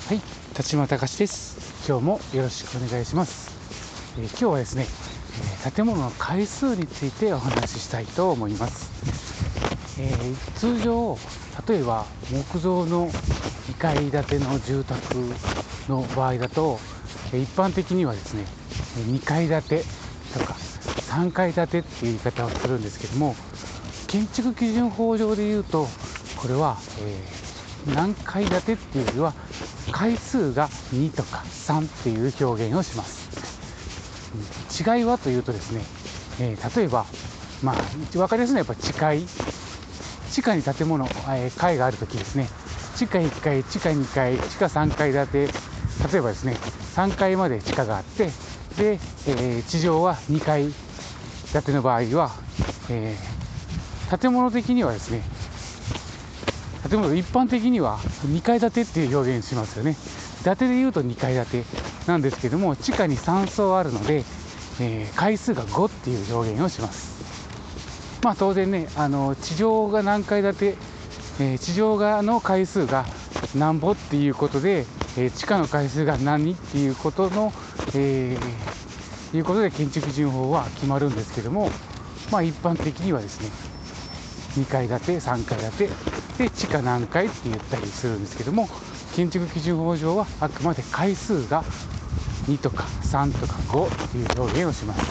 はい、田島隆です。今日もよろしくお願いします。今日はですね、建物の階数についてお話ししたいと思います。通常、例えば木造の2階建ての住宅の場合だと、一般的にはですね、2階建てとか3階建てっていう言い方をするんですけども、建築基準法上でいうと、これは、何階建てっていうよりは階数が2とか3っていう表現をします。違いはというとですね、例えば、分かりやすいのはやっぱ地下に建物、階があるときですね、地下1階、地下2階、地下3階建て、例えばですね、3階まで地下があって、で、地上は2階建ての場合は、建物的にはですね、建物一般的には2階建てっていう表現しますよね。建てでいうと2階建てなんですけども、地下に3層あるので、階数が5っていう表現をします。当然ね、地上が何階建て、地上側の階数が何歩っていうことで、地下の階数が何っていうことの、いうことで建築基準法は決まるんですけども、一般的にはですね、2階建て、3階建てで地下何階って言ったりするんですけども、建築基準法上はあくまで階数が2とか3とか5という表現をします。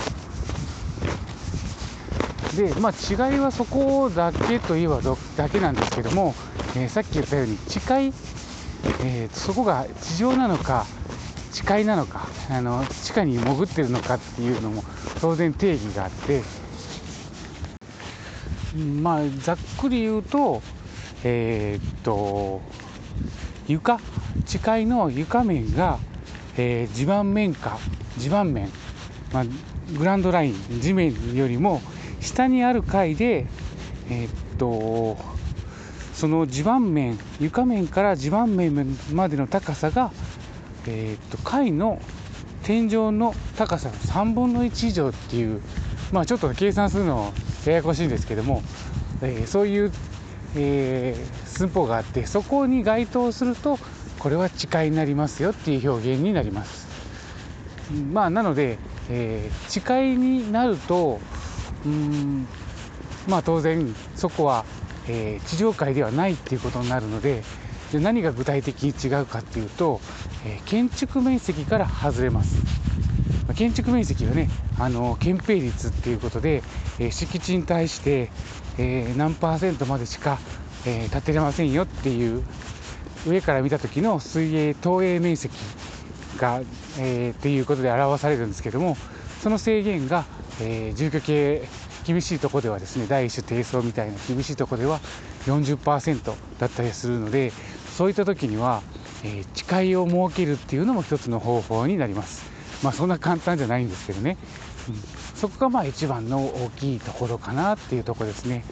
で、違いはそこだけといえばだけなんですけども、さっき言ったようにそこが地上なのか地階なのか、地下に潜ってるのかっていうのも当然定義があって、ざっくり言うと、地階の床面が、地盤面、グラウンドライン、地面よりも下にある階で、その床面から地盤面までの高さが、階の天井の高さの3分の1以上っていう、ちょっと計算するのややこしいんですけども、そういう、寸法があって、そこに該当するとこれは地階になりますよっていう表現になります。なので、地階になると当然そこは、地上階ではないっていうことになるので、何が具体的に違うかっていうと、建築面積から外れます。建築面積はね、建蔽率っていうことで、敷地に対して、何パーセントまでしか、建てれませんよっていう上から見た時の投影面積が、っていうことで表されるんですけども、その制限が、住居系厳しいところではですね、第一種低層みたいな厳しいところでは 40% だったりするので、そういった時には、地階を設けるっていうのも一つの方法になります。そんな簡単じゃないんですけどね、そこが一番の大きいところかなっていうところですね。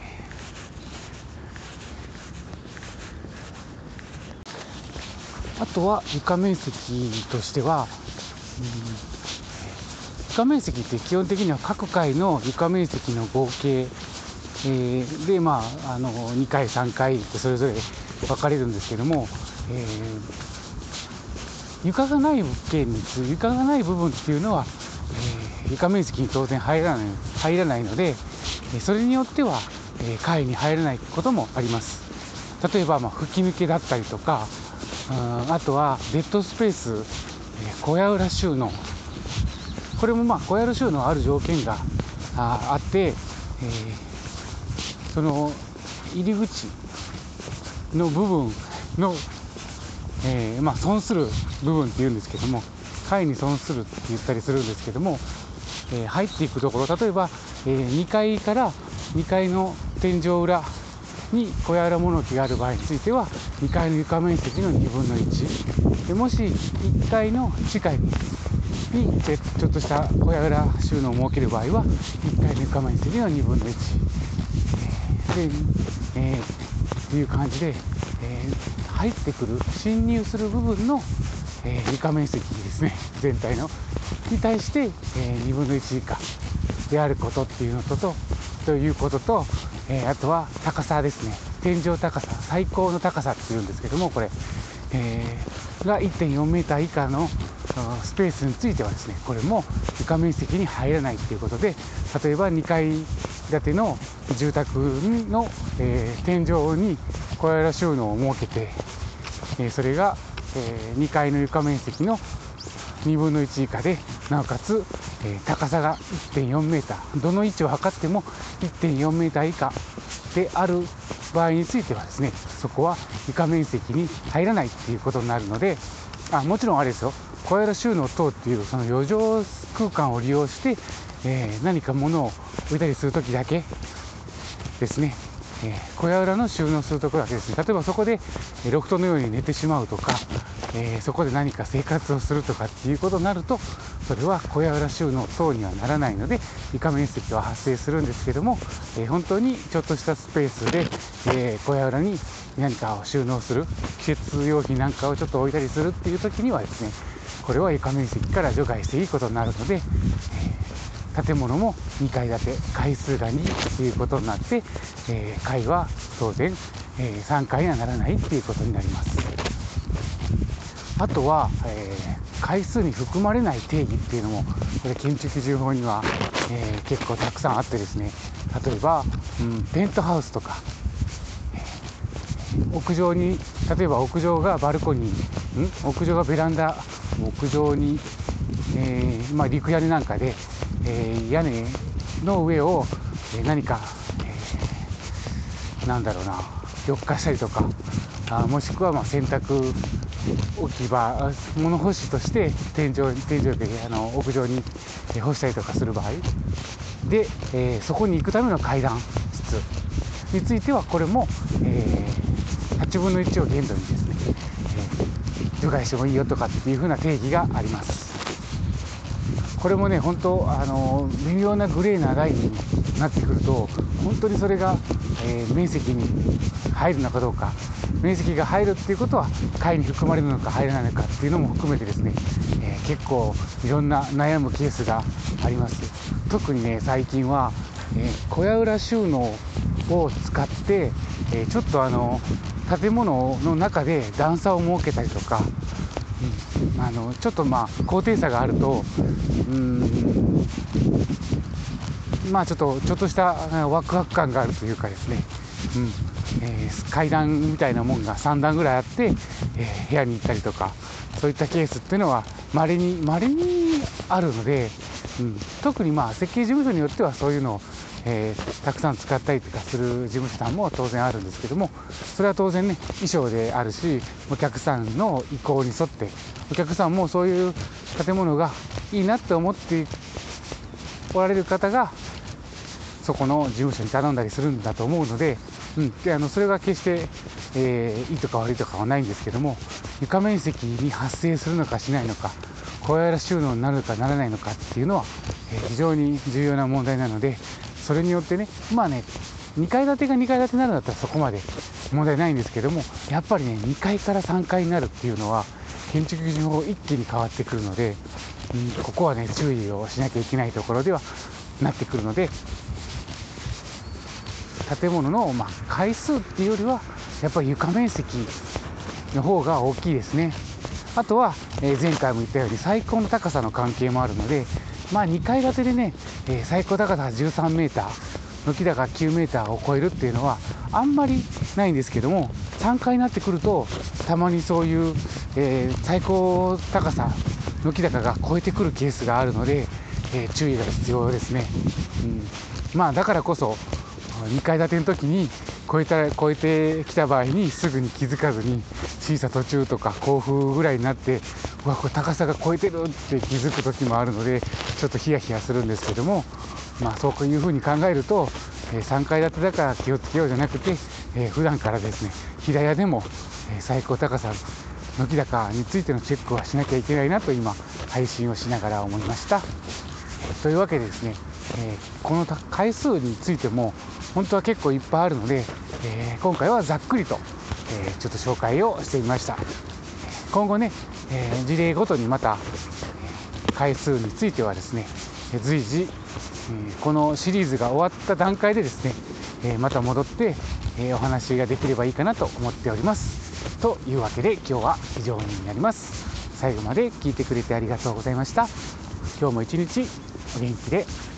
あとは床面積としては、床面積って基本的には各階の床面積の合計、で2階3階ってそれぞれ分かれるんですけども、床がない部分っていうのは、床面積に当然入らないので、それによっては、階に入らないこともあります。例えば吹き抜けだったりとか、あとはデッドスペース、小屋裏収納、これも小屋裏収納ある条件があって、その入り口の部分の、損する部分っていうんですけども、階に損するって言ったりするんですけども、入っていくところ、例えば、2階から2階の天井裏に小屋裏物置がある場合については2階の床面積の2分の1で、もし1階の地下にちょっとした小屋裏収納を設ける場合は1階の床面積の2分の1で、っていう感じで、入ってくる侵入する部分の、床面積ですね、全体のに対して、2分の1以下であることっていうのということと、あとは高さですね。天井高さ、最高の高さっていうんですけども、これ、 が 1.4 メーター以下のスペースについてはですね、これも床面積に入らないということで、例えば2階建ての住宅の、天井に小屋裏収納を設けて、それが、2階の床面積の2分の1以下で、なおかつ、高さが 1.4 メーター、どの位置を測っても 1.4 メーター以下である場合についてはですね、そこは床面積に入らないっていうことになるので、もちろんあれですよ、小屋裏収納等っていうその余剰空間を利用して、何か物を置いたりするときだけですね、小屋裏の収納するところだけですね。例えばそこでロフトのように寝てしまうとか、そこで何か生活をするとかっていうことになると、それは小屋裏収納等にはならないので床面積は発生するんですけども、本当にちょっとしたスペースで、小屋裏に何かを収納する、季節用品なんかをちょっと置いたりするっていう時にはですね、これは床面積から除外していいことになるので、建物も2階建て、階数が2ということになって、階は当然、3階にはならないということになります。あとは、階数に含まれない定義っていうのも、これ建築基準法には、結構たくさんあってですね、例えば、ペントハウスとか、屋上に、例えば屋上がバルコニー、屋上がベランダ、屋上に、陸屋根なんかで、屋根の上を何か、緑化したりとか、もしくは洗濯置き場、物干しとして天井で屋上に干したりとかする場合で、そこに行くための階段室についてはこれも、8分の1を限度にですね、除外してもいいよとかっていう風な定義があります。これもね、本当微妙なグレーなラインになってくると、本当にそれが、面積に入るのかどうか、面積が入るっていうことは階に含まれるのか入らないのかっていうのも含めてですね、結構いろんな悩むケースがあります。特にね、最近は、小屋裏収納を使って、ちょっと建物の中で段差を設けたりとか、ちょっと高低差があると、ちょっとしたワクワク感があるというかですね、階段みたいなもんが3段ぐらいあって、部屋に行ったりとか、そういったケースっていうのは稀にあるので、特に設計事務所によってはそういうのを、たくさん使ったりとかする事務所さんも当然あるんですけども、それは当然ね、衣装であるし、お客さんの意向に沿って、お客さんもそういう建物がいいなって思っておられる方がそこの事務所に頼んだりするんだと思うので、それが決して、いいとか悪いとかはないんですけども、床面積に発生するのかしないのか、小屋裏収納になるのかならないのかっていうのは、非常に重要な問題なので、それによってね、2階建てが2階建てになるんだったらそこまで問題ないんですけども、やっぱりね、2階から3階になるっていうのは建築基準法一気に変わってくるので、ここはね、注意をしなきゃいけないところではなってくるので、建物の階数っていうよりはやっぱり床面積の方が大きいですね。あとは、前回も言ったように最高の高さの関係もあるので、2階建てでね、最高高さ13メーター、軒高9メーターを超えるっていうのはあんまりないんですけども、3階になってくるとたまにそういう、最高高さ軒高が超えてくるケースがあるので、注意が必要ですね。だからこそ2階建ての時に超えてきた場合にすぐに気づかずに審査途中とか後風ぐらいになって、これ高さが超えてるって気づく時もあるので、ちょっとヒヤヒヤするんですけども、そういうふうに考えると、3階建てだから気をつけようじゃなくて、普段からですね、平屋でも、最高高さ軒高についてのチェックはしなきゃいけないなと今配信をしながら思いました。というわけでですね、この回数についても本当は結構いっぱいあるので、今回はざっくりと、ちょっと紹介をしてみました。今後ね、事例ごとにまた回数についてはですね、随時、このシリーズが終わった段階でですね、また戻って、お話ができればいいかなと思っております。 というわけで今日は以上になります。最後まで聞いてくれてありがとうございました。今日も一日お元気で